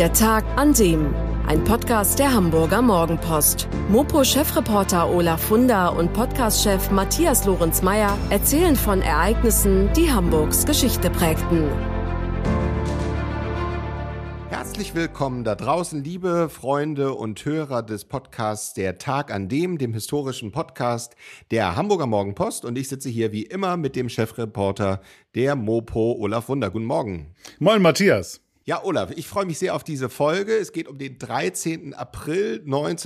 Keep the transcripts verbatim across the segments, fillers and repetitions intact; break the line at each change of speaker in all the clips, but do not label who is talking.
Der Tag an dem. Ein Podcast der Hamburger Morgenpost. Mopo-Chefreporter Olaf Funder und Podcast-Chef Matthias Lorenz-Meyer erzählen von Ereignissen, die Hamburgs Geschichte prägten.
Herzlich willkommen da draußen, liebe Freunde und Hörer des Podcasts Der Tag an dem, dem historischen Podcast der Hamburger Morgenpost. Und ich sitze hier wie immer mit dem Chefreporter der Mopo, Olaf Funder. Guten Morgen.
Moin, Matthias.
Ja, Olaf, ich freue mich sehr auf diese Folge. Es geht um den dreizehnten April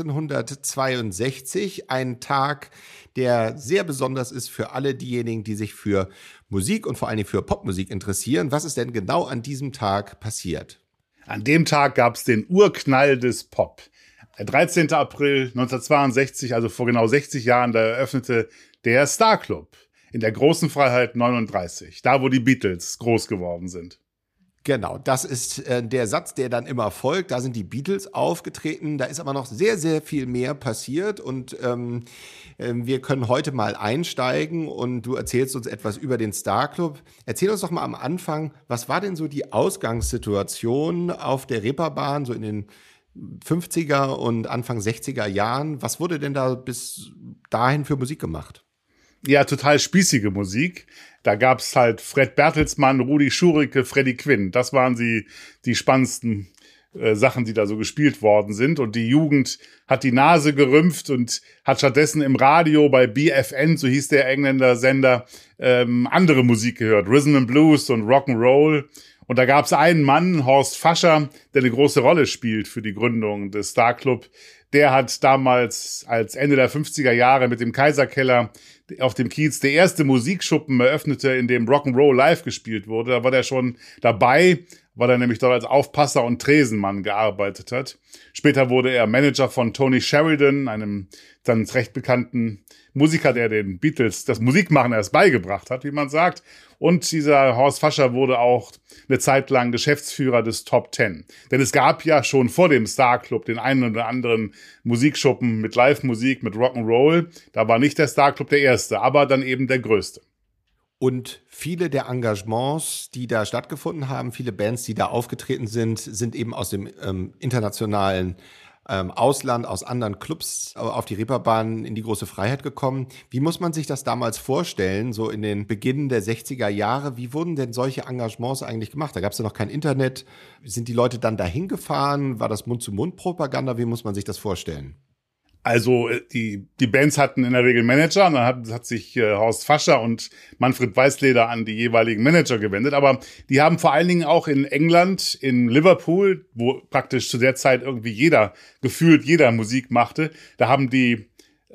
neunzehnhundertzweiundsechzig, ein Tag, der sehr besonders ist für alle diejenigen, die sich für Musik und vor allem für Popmusik interessieren. Was ist denn genau an diesem Tag passiert?
An dem Tag gab es den Urknall des Pop. Der dreizehnten April neunzehnhundertzweiundsechzig, also vor genau sechzig Jahren, da eröffnete der Star Club in der Großen Freiheit neununddreißig, da wo die Beatles groß geworden sind.
Genau, das ist äh, der Satz, der dann immer folgt. Da sind die Beatles aufgetreten. Da ist aber noch sehr, sehr viel mehr passiert. Und ähm, äh, wir können heute mal einsteigen und du erzählst uns etwas über den Star Club. Erzähl uns doch mal am Anfang, was war denn so die Ausgangssituation auf der Reeperbahn, so in den fünfziger und Anfang sechziger Jahren? Was wurde denn da bis dahin für Musik gemacht?
Ja, total spießige Musik. Da gab's halt Fred Bertelsmann, Rudi Schurike, Freddie Quinn. Das waren die, die spannendsten äh, Sachen, die da so gespielt worden sind. Und die Jugend hat die Nase gerümpft und hat stattdessen im Radio bei B F N, so hieß der Engländer Sender, ähm, andere Musik gehört. Rhythm and Blues und Rock'n'Roll. Und da gab's einen Mann, Horst Fascher, der eine große Rolle spielt für die Gründung des Star Club. Der hat damals als Ende der fünfziger Jahre mit dem Kaiserkeller auf dem Kiez der erste Musikschuppen eröffnete, in dem Rock'n'Roll live gespielt wurde. Da war der schon dabei, weil er nämlich dort als Aufpasser und Tresenmann gearbeitet hat. Später wurde er Manager von Tony Sheridan, einem dann recht bekannten Musiker, der den Beatles das Musikmachen erst beigebracht hat, wie man sagt. Und dieser Horst Fascher wurde auch eine Zeit lang Geschäftsführer des Top Ten. Denn es gab ja schon vor dem Star Club den einen oder anderen Musikschuppen mit Live-Musik, mit Rock'n'Roll. Da war nicht der Star Club der erste, aber dann eben der größte.
Und viele der Engagements, die da stattgefunden haben, viele Bands, die da aufgetreten sind, sind eben aus dem ähm, internationalen ähm, Ausland, aus anderen Clubs auf die Reeperbahn in die Große Freiheit gekommen. Wie muss man sich das damals vorstellen, so in den Beginn der sechziger Jahre? Wie wurden denn solche Engagements eigentlich gemacht? Da gab es ja noch kein Internet. Sind die Leute dann dahin gefahren? War das Mund-zu-Mund-Propaganda? Wie muss man sich das vorstellen?
Also die die Bands hatten in der Regel Manager, und dann hat, hat sich äh, Horst Fascher und Manfred Weißleder an die jeweiligen Manager gewendet. Aber die haben vor allen Dingen auch in England, in Liverpool, wo praktisch zu der Zeit irgendwie jeder, gefühlt jeder Musik machte, da haben die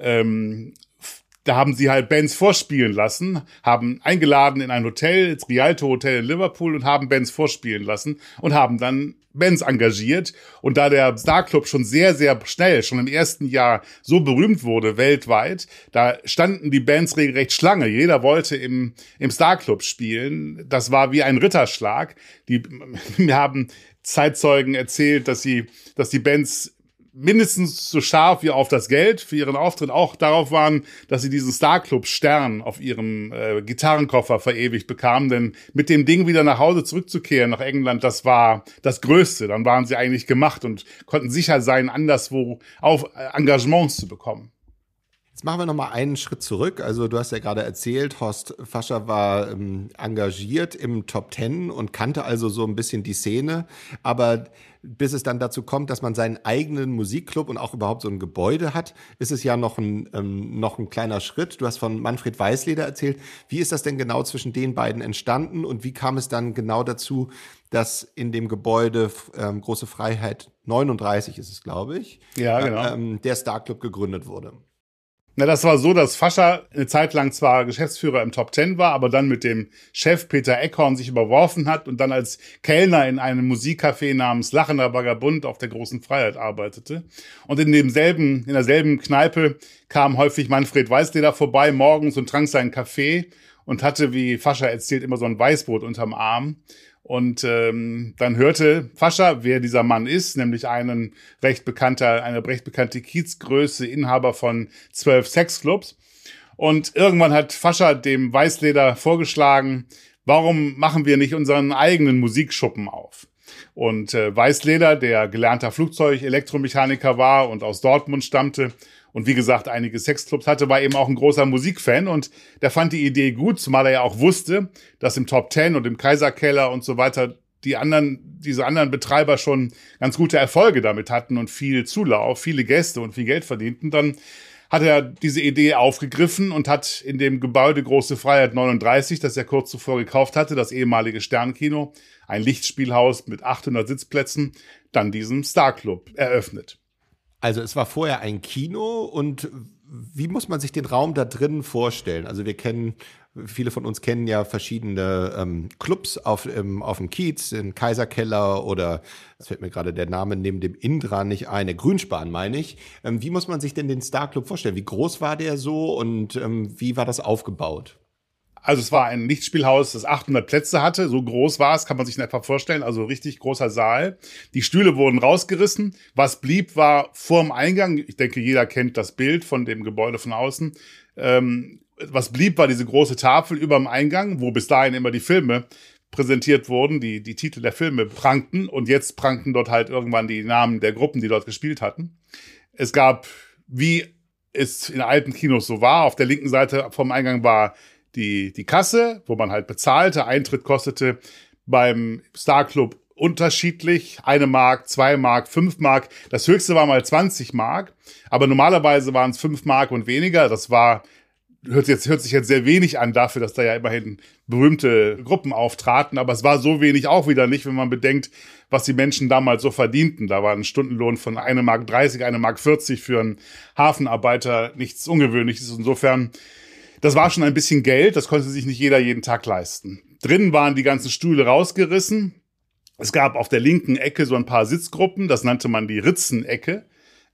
ähm, Da haben sie halt Bands vorspielen lassen, haben eingeladen in ein Hotel, das Rialto Hotel in Liverpool, und haben Bands vorspielen lassen und haben dann Bands engagiert. Und da der Star Club schon sehr, sehr schnell, schon im ersten Jahr so berühmt wurde weltweit, da standen die Bands regelrecht Schlange. Jeder wollte im, im Star Club spielen. Das war wie ein Ritterschlag. Die, wir haben Zeitzeugen erzählt, dass sie, dass die Bands mindestens so scharf wie auf das Geld für ihren Auftritt auch darauf waren, dass sie diesen Star Club Stern auf ihrem äh, Gitarrenkoffer verewigt bekamen. Denn mit dem Ding wieder nach Hause zurückzukehren, nach England, das war das Größte. Dann waren sie eigentlich gemacht und konnten sicher sein, anderswo auf äh, Engagements zu bekommen.
Jetzt machen wir noch mal einen Schritt zurück. Also du hast ja gerade erzählt, Horst Fascher war ähm, engagiert im Top Ten und kannte also so ein bisschen die Szene. Aber bis es dann dazu kommt, dass man seinen eigenen Musikclub und auch überhaupt so ein Gebäude hat, ist es ja noch ein, ähm, noch ein kleiner Schritt. Du hast von Manfred Weißleder erzählt. Wie ist das denn genau zwischen den beiden entstanden und wie kam es dann genau dazu, dass in dem Gebäude ähm, Große Freiheit neununddreißig ist es, glaube ich,
ja, genau.
ähm, der Star Club gegründet wurde?
Na, das war so, dass Fascher eine Zeit lang zwar Geschäftsführer im Top Ten war, aber dann mit dem Chef Peter Eckhorn sich überworfen hat und dann als Kellner in einem Musikcafé namens Lachender Vagabund auf der Großen Freiheit arbeitete. Und in demselben, in derselben Kneipe kam häufig Manfred Weißleder vorbei morgens und trank seinen Kaffee und hatte, wie Fascher erzählt, immer so ein Weißbrot unterm Arm. Und ähm, dann hörte Fascher, wer dieser Mann ist, nämlich einen recht bekannter, eine recht bekannte Kiezgröße, Inhaber von zwölf Sexclubs. Und irgendwann hat Fascher dem Weißleder vorgeschlagen, warum machen wir nicht unseren eigenen Musikschuppen auf? Und äh, Weißleder, der gelernter Flugzeug-Elektromechaniker war und aus Dortmund stammte und wie gesagt einige Sexclubs hatte, war eben auch ein großer Musikfan und der fand die Idee gut, zumal er ja auch wusste, dass im Top Ten und im Kaiserkeller und so weiter die anderen, diese anderen Betreiber schon ganz gute Erfolge damit hatten und viel Zulauf, viele Gäste und viel Geld verdienten. Dann hat er diese Idee aufgegriffen und hat in dem Gebäude Große Freiheit neununddreißig, das er kurz zuvor gekauft hatte, das ehemalige Sternkino, ein Lichtspielhaus mit achthundert Sitzplätzen, dann diesen Starclub eröffnet.
Also es war vorher ein Kino und wie muss man sich den Raum da drin vorstellen? Also wir kennen, viele von uns kennen ja verschiedene ähm, Clubs auf, ähm, auf dem Kiez, den Kaiserkeller oder, es fällt mir gerade der Name neben dem Indra nicht ein, der Grünspan meine ich. Ähm, wie muss man sich denn den Starclub vorstellen? Wie groß war der so und ähm, wie war das aufgebaut?
Also es war ein Lichtspielhaus, das achthundert Plätze hatte. So groß war es, kann man sich in etwa vorstellen. Also richtig großer Saal. Die Stühle wurden rausgerissen. Was blieb, war vorm Eingang. Ich denke, jeder kennt das Bild von dem Gebäude von außen. Ähm, was blieb, war diese große Tafel über dem Eingang, wo bis dahin immer die Filme präsentiert wurden, die, die Titel der Filme prangten. Und jetzt prangten dort halt irgendwann die Namen der Gruppen, die dort gespielt hatten. Es gab, wie es in alten Kinos so war, auf der linken Seite vom Eingang war die, die Kasse, wo man halt bezahlte. Eintritt kostete beim Starclub unterschiedlich. Eine Mark, zwei Mark, fünf Mark. Das höchste war mal zwanzig Mark. Aber normalerweise waren es fünf Mark und weniger. Das war, hört sich jetzt, hört sich jetzt sehr wenig an dafür, dass da ja immerhin berühmte Gruppen auftraten. Aber es war so wenig auch wieder nicht, wenn man bedenkt, was die Menschen damals so verdienten. Da war ein Stundenlohn von eine Mark dreißig, eine Mark vierzig für einen Hafenarbeiter nichts Ungewöhnliches. Insofern, das war schon ein bisschen Geld, das konnte sich nicht jeder jeden Tag leisten. Drinnen waren die ganzen Stühle rausgerissen. Es gab auf der linken Ecke so ein paar Sitzgruppen, das nannte man die Ritzenecke.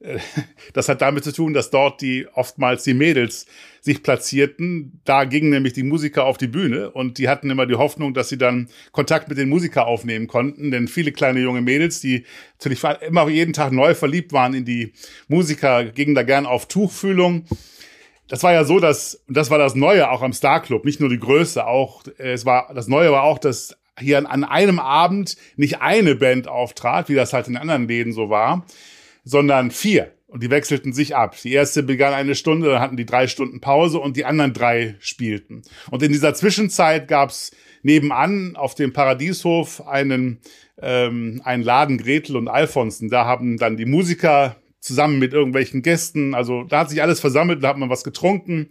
Das hat damit zu tun, dass dort die oftmals die Mädels sich platzierten. Da gingen nämlich die Musiker auf die Bühne und die hatten immer die Hoffnung, dass sie dann Kontakt mit den Musikern aufnehmen konnten. Denn viele kleine junge Mädels, die natürlich immer jeden Tag neu verliebt waren in die Musiker, gingen da gern auf Tuchfühlung. Das war ja so, dass, das war das Neue auch am Starclub, nicht nur die Größe, auch, es war, das Neue war auch, dass hier an einem Abend nicht eine Band auftrat, wie das halt in anderen Läden so war, sondern vier. Und die wechselten sich ab. Die erste begann eine Stunde, dann hatten die drei Stunden Pause und die anderen drei spielten. Und in dieser Zwischenzeit gab's nebenan auf dem Paradieshof einen, ähm, einen Laden Gretel und Alfonsen. Da haben dann die Musiker zusammen mit irgendwelchen Gästen, also da hat sich alles versammelt, da hat man was getrunken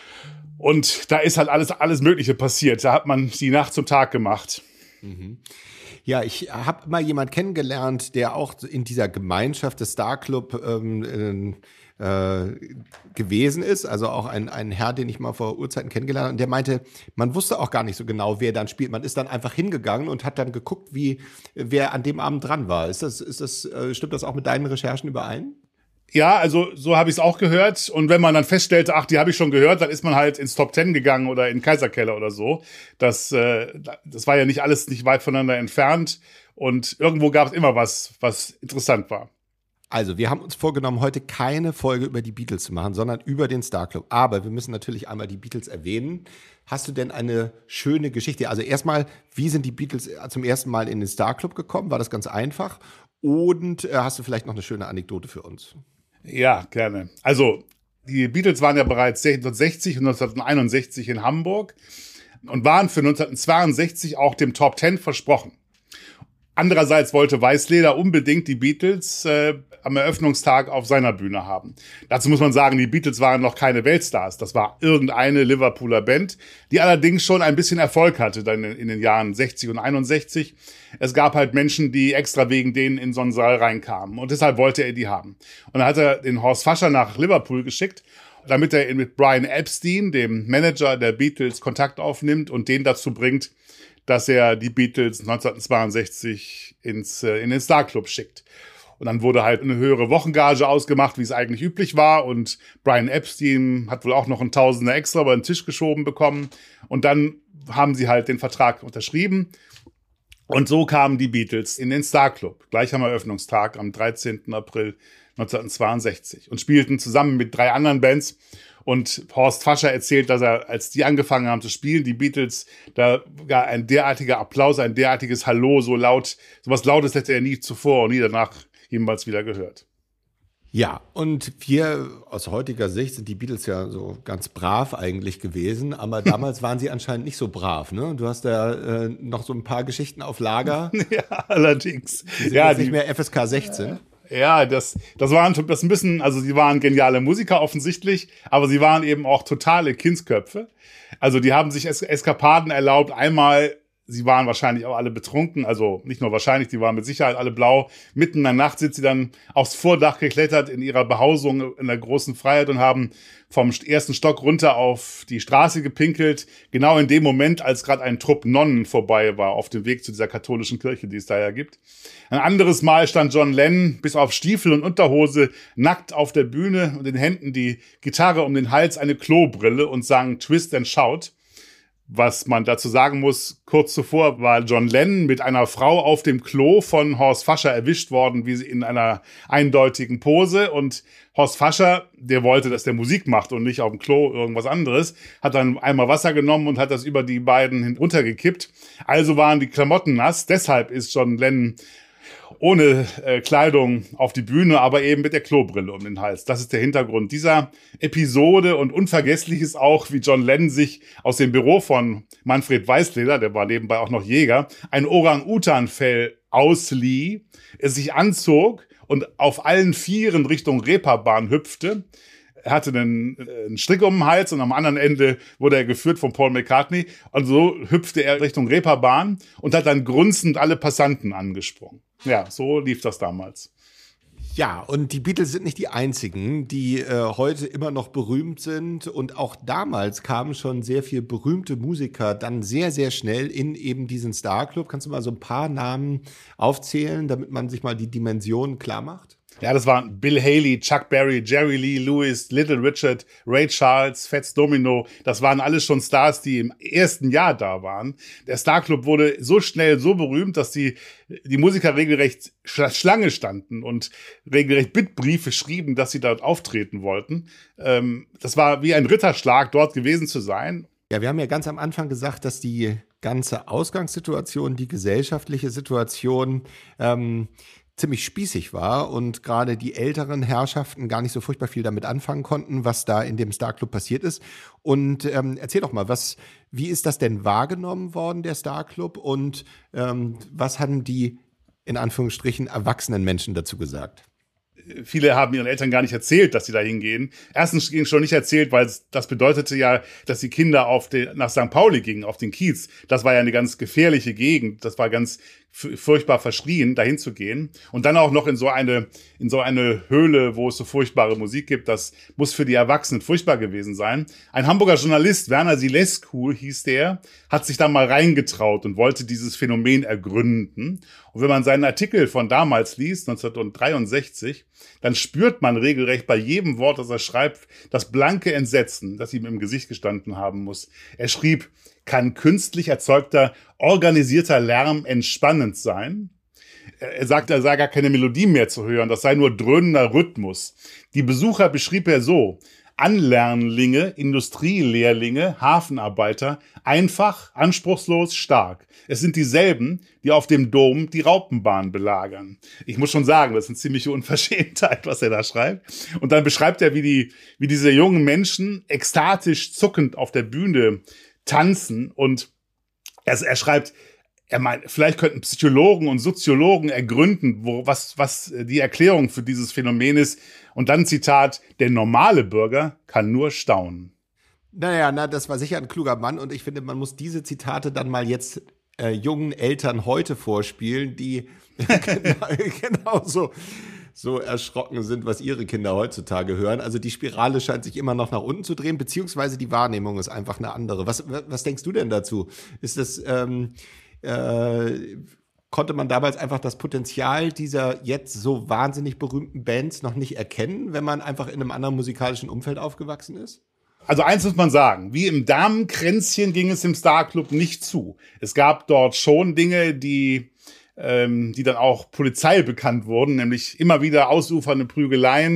und da ist halt alles, alles Mögliche passiert. Da hat man die Nacht zum Tag gemacht.
Mhm. Ja, ich habe mal jemand kennengelernt, der auch in dieser Gemeinschaft des Starclub ähm, äh, gewesen ist, also auch ein, ein Herr, den ich mal vor Urzeiten kennengelernt habe, und der meinte, man wusste auch gar nicht so genau, wer dann spielt. Man ist dann einfach hingegangen und hat dann geguckt, wie wer an dem Abend dran war. Ist das, ist das, äh, stimmt das auch mit deinen Recherchen überein?
Ja, also so habe ich es auch gehört. Und wenn man dann feststellte, ach, die habe ich schon gehört, dann ist man halt ins Top Ten gegangen oder in Kaiserkeller oder so. Das, äh, das war ja nicht alles nicht weit voneinander entfernt. Und irgendwo gab es immer was, was interessant war.
Also, wir haben uns vorgenommen, heute keine Folge über die Beatles zu machen, sondern über den Starclub. Aber wir müssen natürlich einmal die Beatles erwähnen. Hast du denn eine schöne Geschichte? Also erstmal, wie sind die Beatles zum ersten Mal in den Starclub gekommen? War das ganz einfach? Und äh, hast du vielleicht noch eine schöne Anekdote für uns?
Ja, gerne. Also, die Beatles waren ja bereits neunzehnhundertsechzig und neunzehnhunderteinundsechzig in Hamburg und waren für neunzehnhundertzweiundsechzig auch dem Top Ten versprochen. Andererseits wollte Weißleder unbedingt die Beatles äh, am Eröffnungstag auf seiner Bühne haben. Dazu muss man sagen, die Beatles waren noch keine Weltstars. Das war irgendeine Liverpooler Band, die allerdings schon ein bisschen Erfolg hatte dann in, in den Jahren sechzig und einundsechzig. Es gab halt Menschen, die extra wegen denen in so einen Saal reinkamen. Und deshalb wollte er die haben. Und dann hat er den Horst Fascher nach Liverpool geschickt, damit er mit Brian Epstein, dem Manager der Beatles, Kontakt aufnimmt und den dazu bringt, dass er die Beatles neunzehnhundertzweiundsechzig ins, äh, in den Starclub schickt. Und dann wurde halt eine höhere Wochengage ausgemacht, wie es eigentlich üblich war. Und Brian Epstein hat wohl auch noch ein Tausender extra über den Tisch geschoben bekommen. Und dann haben sie halt den Vertrag unterschrieben. Und so kamen die Beatles in den Starclub, gleich am Eröffnungstag am dreizehnten April neunzehnhundertzweiundsechzig und spielten zusammen mit drei anderen Bands. Und Horst Fascher erzählt, dass er, als die angefangen haben zu spielen, die Beatles, da gar ein derartiger Applaus, ein derartiges Hallo, so laut, sowas Lautes hätte er nie zuvor und nie danach jemals wieder gehört.
Ja, und wir aus heutiger Sicht sind die Beatles ja so ganz brav eigentlich gewesen, aber damals waren sie anscheinend nicht so brav, ne? Du hast da äh, noch so ein paar Geschichten auf Lager.
Ja, allerdings.
Die sind
ja,
jetzt
die,
nicht mehr F S K sechzehn.
Ja, das, das waren das ein bisschen, also sie waren geniale Musiker offensichtlich, aber sie waren eben auch totale Kindsköpfe. Also die haben sich Es- Eskapaden erlaubt, einmal. Sie waren wahrscheinlich auch alle betrunken, also nicht nur wahrscheinlich, die waren mit Sicherheit alle blau. Mitten in der Nacht sind sie dann aufs Vordach geklettert in ihrer Behausung in der großen Freiheit und haben vom ersten Stock runter auf die Straße gepinkelt. Genau in dem Moment, als gerade ein Trupp Nonnen vorbei war auf dem Weg zu dieser katholischen Kirche, die es da ja gibt. Ein anderes Mal stand John Lennon bis auf Stiefel und Unterhose nackt auf der Bühne und in Händen die Gitarre um den Hals, eine Klobrille und sang Twist and Shout. Was man dazu sagen muss, kurz zuvor war John Lennon mit einer Frau auf dem Klo von Horst Fascher erwischt worden, wie sie in einer eindeutigen Pose. Und Horst Fascher, der wollte, dass der Musik macht und nicht auf dem Klo irgendwas anderes, hat dann einmal Wasser genommen und hat das über die beiden hinuntergekippt. Also waren die Klamotten nass. Deshalb ist John Lennon ohne äh, Kleidung auf die Bühne, aber eben mit der Klobrille um den Hals. Das ist der Hintergrund dieser Episode und unvergesslich ist auch, wie John Lennon sich aus dem Büro von Manfred Weißleder, der war nebenbei auch noch Jäger, ein Orang-Utan-Fell auslieh, es sich anzog und auf allen Vieren Richtung Reeperbahn hüpfte. Er hatte einen, einen Strick um den Hals und am anderen Ende wurde er geführt von Paul McCartney. Und so hüpfte er Richtung Reeperbahn und hat dann grunzend alle Passanten angesprungen. Ja, so lief das damals.
Ja, und die Beatles sind nicht die einzigen, die äh, heute immer noch berühmt sind. Und auch damals kamen schon sehr viele berühmte Musiker dann sehr, sehr schnell in eben diesen Star-Club. Kannst du mal so ein paar Namen aufzählen, damit man sich mal die Dimensionen klar macht?
Ja, das waren Bill Haley, Chuck Berry, Jerry Lee Lewis, Little Richard, Ray Charles, Fats Domino. Das waren alles schon Stars, die im ersten Jahr da waren. Der Star-Club wurde so schnell so berühmt, dass die, die Musiker regelrecht Schlange standen und regelrecht Bittbriefe schrieben, dass sie dort auftreten wollten. Ähm, das war wie ein Ritterschlag, dort gewesen zu sein.
Ja, wir haben ja ganz am Anfang gesagt, dass die ganze Ausgangssituation, die gesellschaftliche Situation, ähm, ziemlich spießig war und gerade die älteren Herrschaften gar nicht so furchtbar viel damit anfangen konnten, was da in dem Star-Club passiert ist. Und ähm, erzähl doch mal, was, wie ist das denn wahrgenommen worden, der Star-Club? Und ähm, was haben die, in Anführungsstrichen, erwachsenen Menschen dazu gesagt?
Viele haben ihren Eltern gar nicht erzählt, dass sie da hingehen. Erstens ging schon nicht erzählt, weil das bedeutete ja, dass die Kinder auf den, nach Sankt Pauli gingen, auf den Kiez. Das war ja eine ganz gefährliche Gegend. Das war ganz furchtbar verschrien, dahin zu gehen. Und dann auch noch in so eine, in so eine Höhle, wo es so furchtbare Musik gibt. Das muss für die Erwachsenen furchtbar gewesen sein. Ein Hamburger Journalist, Werner Silescu hieß der, hat sich da mal reingetraut und wollte dieses Phänomen ergründen. Und wenn man seinen Artikel von damals liest, neunzehnhundertdreiundsechzig, dann spürt man regelrecht bei jedem Wort, das er schreibt, das blanke Entsetzen, das ihm im Gesicht gestanden haben muss. Er schrieb, kann künstlich erzeugter, organisierter Lärm entspannend sein? Er sagte, er sei gar keine Melodie mehr zu hören, das sei nur dröhnender Rhythmus. Die Besucher beschrieb er so: Anlernlinge, Industrielehrlinge, Hafenarbeiter, einfach, anspruchslos, stark. Es sind dieselben, die auf dem Dom die Raupenbahn belagern. Ich muss schon sagen, das ist eine ziemliche Unverschämtheit, was er da schreibt. Und dann beschreibt er, wie die, wie diese jungen Menschen ekstatisch zuckend auf der Bühne tanzen. Und er, er schreibt, er meint, vielleicht könnten Psychologen und Soziologen ergründen, wo, was, was die Erklärung für dieses Phänomen ist. Und dann Zitat, der normale Bürger kann nur staunen.
Naja, na, das war sicher ein kluger Mann und ich finde, man muss diese Zitate dann mal jetzt äh, jungen Eltern heute vorspielen, die genau, genauso so erschrocken sind, was ihre Kinder heutzutage hören. Also die Spirale scheint sich immer noch nach unten zu drehen, beziehungsweise die Wahrnehmung ist einfach eine andere. Was, was denkst du denn dazu? Ist das, ähm, äh, konnte man damals einfach das Potenzial dieser jetzt so wahnsinnig berühmten Bands noch nicht erkennen, wenn man einfach in einem anderen musikalischen Umfeld aufgewachsen ist?
Also eins muss man sagen, wie im Damenkränzchen ging es im Star-Club nicht zu. Es gab dort schon Dinge, die ähm, die dann auch Polizei bekannt wurden, nämlich immer wieder ausufernde Prügeleien.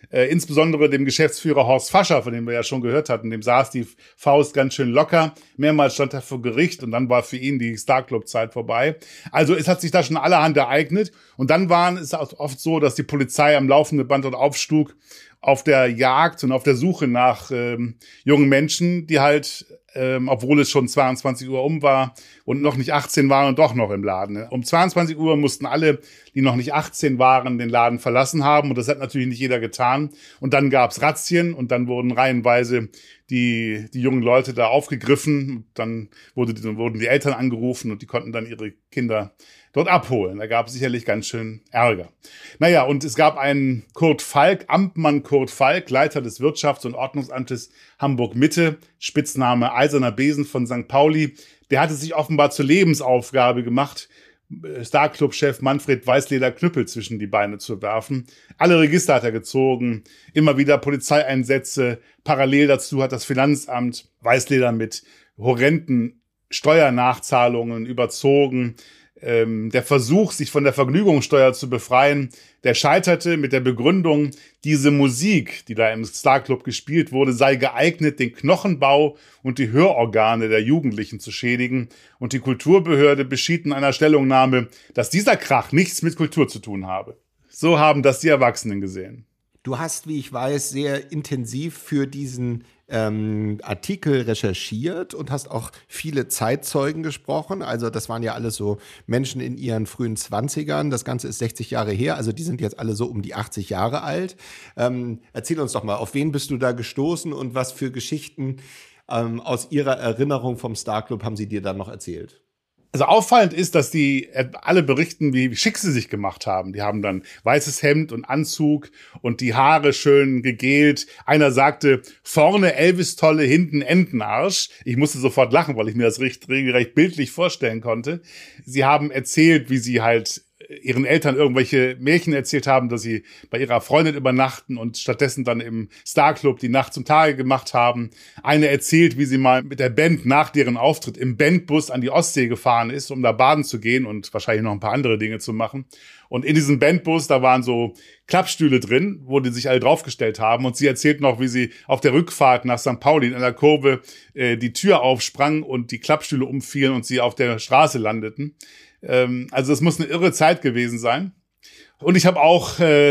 Äh, insbesondere dem Geschäftsführer Horst Fascher, von dem wir ja schon gehört hatten, dem saß die Faust ganz schön locker. Mehrmals stand er vor Gericht und dann war für ihn die Starclub-Zeit vorbei. Also es hat sich da schon allerhand ereignet. Und dann waren es oft so, dass die Polizei am laufenden Band dort aufschlug auf der Jagd und auf der Suche nach ähm, jungen Menschen, die halt, ähm, obwohl es schon zweiundzwanzig Uhr um war und noch nicht achtzehn waren und doch noch im Laden. Um zweiundzwanzig Uhr mussten alle, die noch nicht achtzehn waren, den Laden verlassen haben. Und das hat natürlich nicht jeder getan. Und dann gab's Razzien und dann wurden reihenweise die die jungen Leute da aufgegriffen. Dann wurde, dann wurden die Eltern angerufen und die konnten dann ihre Kinder dort abholen. Da gab es sicherlich ganz schön Ärger. Naja, und es gab einen Kurt Falk, Amtmann Kurt Falk, Leiter des Wirtschafts- und Ordnungsamtes Hamburg-Mitte, Spitzname Eiserner Besen von Sankt Pauli. Der hatte sich offenbar zur Lebensaufgabe gemacht, Starclub-Chef Manfred Weißleder-Knüppel zwischen die Beine zu werfen. Alle Register hat er gezogen, immer wieder Polizeieinsätze. Parallel dazu hat das Finanzamt Weißleder mit horrenden Steuernachzahlungen überzogen. Ähm, der Versuch, sich von der Vergnügungssteuer zu befreien, der scheiterte mit der Begründung, diese Musik, die da im Starclub gespielt wurde, sei geeignet, den Knochenbau und die Hörorgane der Jugendlichen zu schädigen. Und die Kulturbehörde beschied in einer Stellungnahme, dass dieser Krach nichts mit Kultur zu tun habe. So haben das die Erwachsenen gesehen.
Du hast, wie ich weiß, sehr intensiv für diesen ähm, Artikel recherchiert und hast auch viele Zeitzeugen gesprochen. Also das waren ja alles so Menschen in ihren frühen Zwanzigern. Das Ganze ist sechzig Jahre her. Also die sind jetzt alle so um die achtzig Jahre alt. Ähm, erzähl uns doch mal, auf wen bist du da gestoßen und was für Geschichten ähm, aus ihrer Erinnerung vom Starclub haben sie dir dann noch erzählt?
Also auffallend ist, dass die alle berichten, wie schick sie sich gemacht haben. Die haben dann weißes Hemd und Anzug und die Haare schön gegelt. Einer sagte, vorne Elvis-Tolle, hinten Entenarsch. Ich musste sofort lachen, weil ich mir das recht, regelrecht bildlich vorstellen konnte. Sie haben erzählt, wie sie halt ihren Eltern irgendwelche Märchen erzählt haben, dass sie bei ihrer Freundin übernachten und stattdessen dann im Starclub die Nacht zum Tage gemacht haben. Eine erzählt, wie sie mal mit der Band nach deren Auftritt im Bandbus an die Ostsee gefahren ist, um da baden zu gehen und wahrscheinlich noch ein paar andere Dinge zu machen. Und in diesem Bandbus, da waren so Klappstühle drin, wo die sich alle draufgestellt haben. Und sie erzählt noch, wie sie auf der Rückfahrt nach Sankt Pauli in einer Kurve äh, die Tür aufsprang und die Klappstühle umfielen und sie auf der Straße landeten. Also es muss eine irre Zeit gewesen sein. Und ich habe auch äh,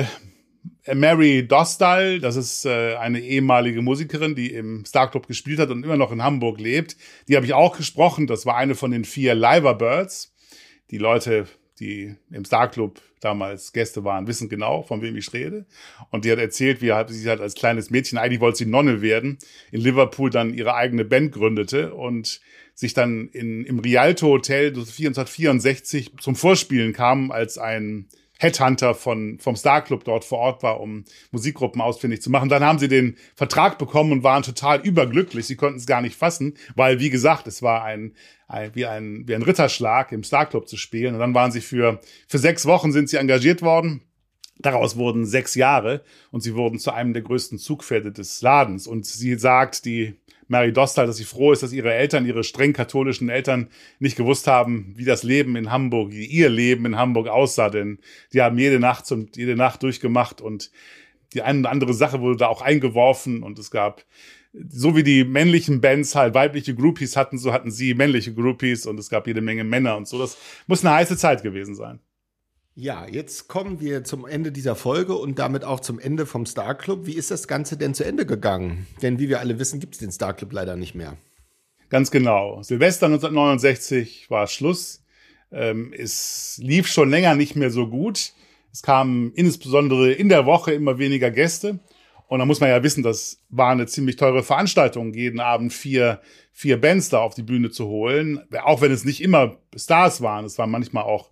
Mary Dostal, das ist äh, eine ehemalige Musikerin, die im Starclub gespielt hat und immer noch in Hamburg lebt. Die habe ich auch gesprochen. Das war eine von den vier Liverbirds. Die Leute, die im Starclub damals Gäste waren, wissen genau, von wem ich rede. Und die hat erzählt, wie sie halt als kleines Mädchen, eigentlich wollte sie Nonne werden, in Liverpool dann ihre eigene Band gründete und sich dann in, im Rialto Hotel neunzehnhundertvierundsechzig zum Vorspielen kam, als ein Headhunter von, vom Starclub dort vor Ort war, um Musikgruppen ausfindig zu machen. Dann haben sie den Vertrag bekommen und waren total überglücklich. Sie konnten es gar nicht fassen, weil, wie gesagt, es war ein, ein, wie ein, wie ein Ritterschlag, im Starclub zu spielen. Und dann waren sie für, für sechs Wochen sind sie engagiert worden. Daraus wurden sechs Jahre und sie wurden zu einem der größten Zugpferde des Ladens. Und sie sagt, die Mary Dostal, dass sie froh ist, dass ihre Eltern, ihre streng katholischen Eltern, nicht gewusst haben, wie das Leben in Hamburg, wie ihr Leben in Hamburg aussah, denn die haben jede Nacht und jede Nacht durchgemacht und die eine oder andere Sache wurde da auch eingeworfen und es gab, so wie die männlichen Bands halt weibliche Groupies hatten, so hatten sie männliche Groupies und es gab jede Menge Männer und so. Das muss eine heiße Zeit gewesen sein.
Ja, jetzt kommen wir zum Ende dieser Folge und damit auch zum Ende vom Starclub. Wie ist das Ganze denn zu Ende gegangen? Denn wie wir alle wissen, gibt es den Starclub leider nicht mehr.
Ganz genau. Silvester neunzehnhundertneunundsechzig war Schluss. Ähm, es lief schon länger nicht mehr so gut. Es kamen insbesondere in der Woche immer weniger Gäste. Und da muss man ja wissen, das war eine ziemlich teure Veranstaltung, jeden Abend vier, vier Bands da auf die Bühne zu holen. Auch wenn es nicht immer Stars waren, es waren manchmal auch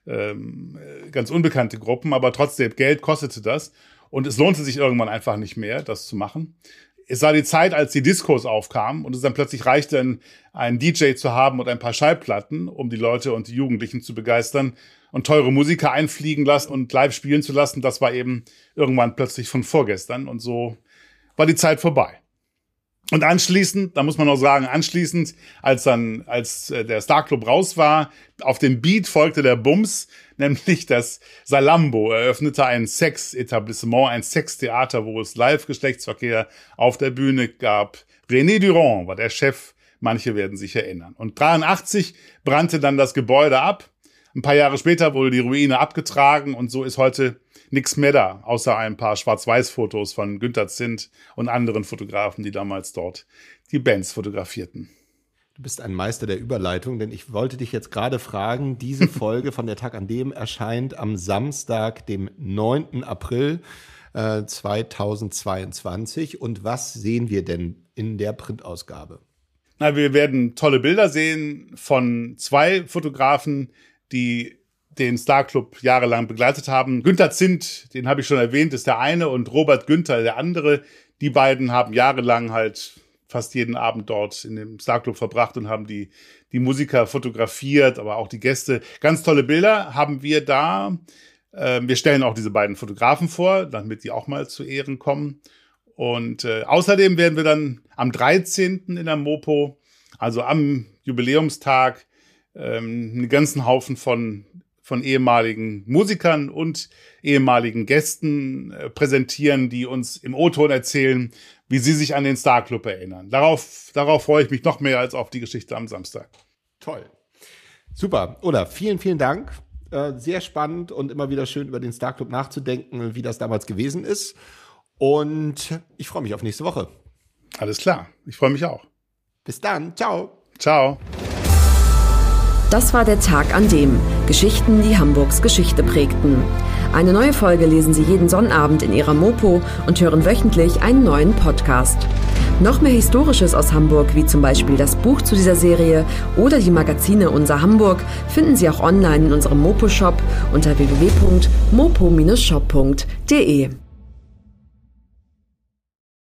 ähm, ganz unbekannte Gruppen, aber trotzdem, Geld kostete das. Und es lohnte sich irgendwann einfach nicht mehr, das zu machen. Es war die Zeit, als die Discos aufkamen und es dann plötzlich reichte, einen, einen D J zu haben und ein paar Schallplatten, um die Leute und die Jugendlichen zu begeistern und teure Musiker einfliegen lassen und live spielen zu lassen. Das war eben irgendwann plötzlich von vorgestern und so war die Zeit vorbei. Und anschließend, da muss man noch sagen, anschließend, als dann, als äh, der Star Club raus war, auf den Beat folgte der Bums, nämlich das Salambo eröffnete ein Sex-Etablissement, ein Sextheater, wo es Live-Geschlechtsverkehr auf der Bühne gab. René Durand war der Chef, manche werden sich erinnern. Und dreiundachtzig brannte dann das Gebäude ab. Ein paar Jahre später wurde die Ruine abgetragen und so ist heute nichts mehr da, außer ein paar Schwarz-Weiß-Fotos von Günter Zindt und anderen Fotografen, die damals dort die Bands fotografierten.
Du bist ein Meister der Überleitung, denn ich wollte dich jetzt gerade fragen, diese Folge von Der Tag an dem erscheint am Samstag, dem neunten April äh, zweitausendzweiundzwanzig. Und was sehen wir denn in der Printausgabe?
Na, wir werden tolle Bilder sehen von zwei Fotografen, die den Star Club jahrelang begleitet haben. Günter Zindt, den habe ich schon erwähnt, ist der eine, und Robert Günther, der andere. Die beiden haben jahrelang halt fast jeden Abend dort in dem Star Club verbracht und haben die, die Musiker fotografiert, aber auch die Gäste. Ganz tolle Bilder haben wir da. Äh, wir stellen auch diese beiden Fotografen vor, damit die auch mal zu Ehren kommen. Und äh, außerdem werden wir dann am dreizehnten in der Mopo, also am Jubiläumstag, ähm, einen ganzen Haufen von von ehemaligen Musikern und ehemaligen Gästen äh, präsentieren, die uns im O-Ton erzählen, wie sie sich an den Star Club erinnern. Darauf, darauf freue ich mich noch mehr als auf die Geschichte am Samstag.
Toll. Super. Olaf, vielen, vielen Dank. Äh, sehr spannend und immer wieder schön über den Star Club nachzudenken, wie das damals gewesen ist. Und ich freue mich auf nächste Woche.
Alles klar. Ich freue mich auch.
Bis dann. Ciao.
Ciao.
Das war der Tag an dem. Geschichten, die Hamburgs Geschichte prägten. Eine neue Folge lesen Sie jeden Sonnabend in Ihrer Mopo und hören wöchentlich einen neuen Podcast. Noch mehr Historisches aus Hamburg, wie zum Beispiel das Buch zu dieser Serie oder die Magazine Unser Hamburg, finden Sie auch online in unserem Mopo-Shop unter w w w punkt mopo Bindestrich shop punkt de.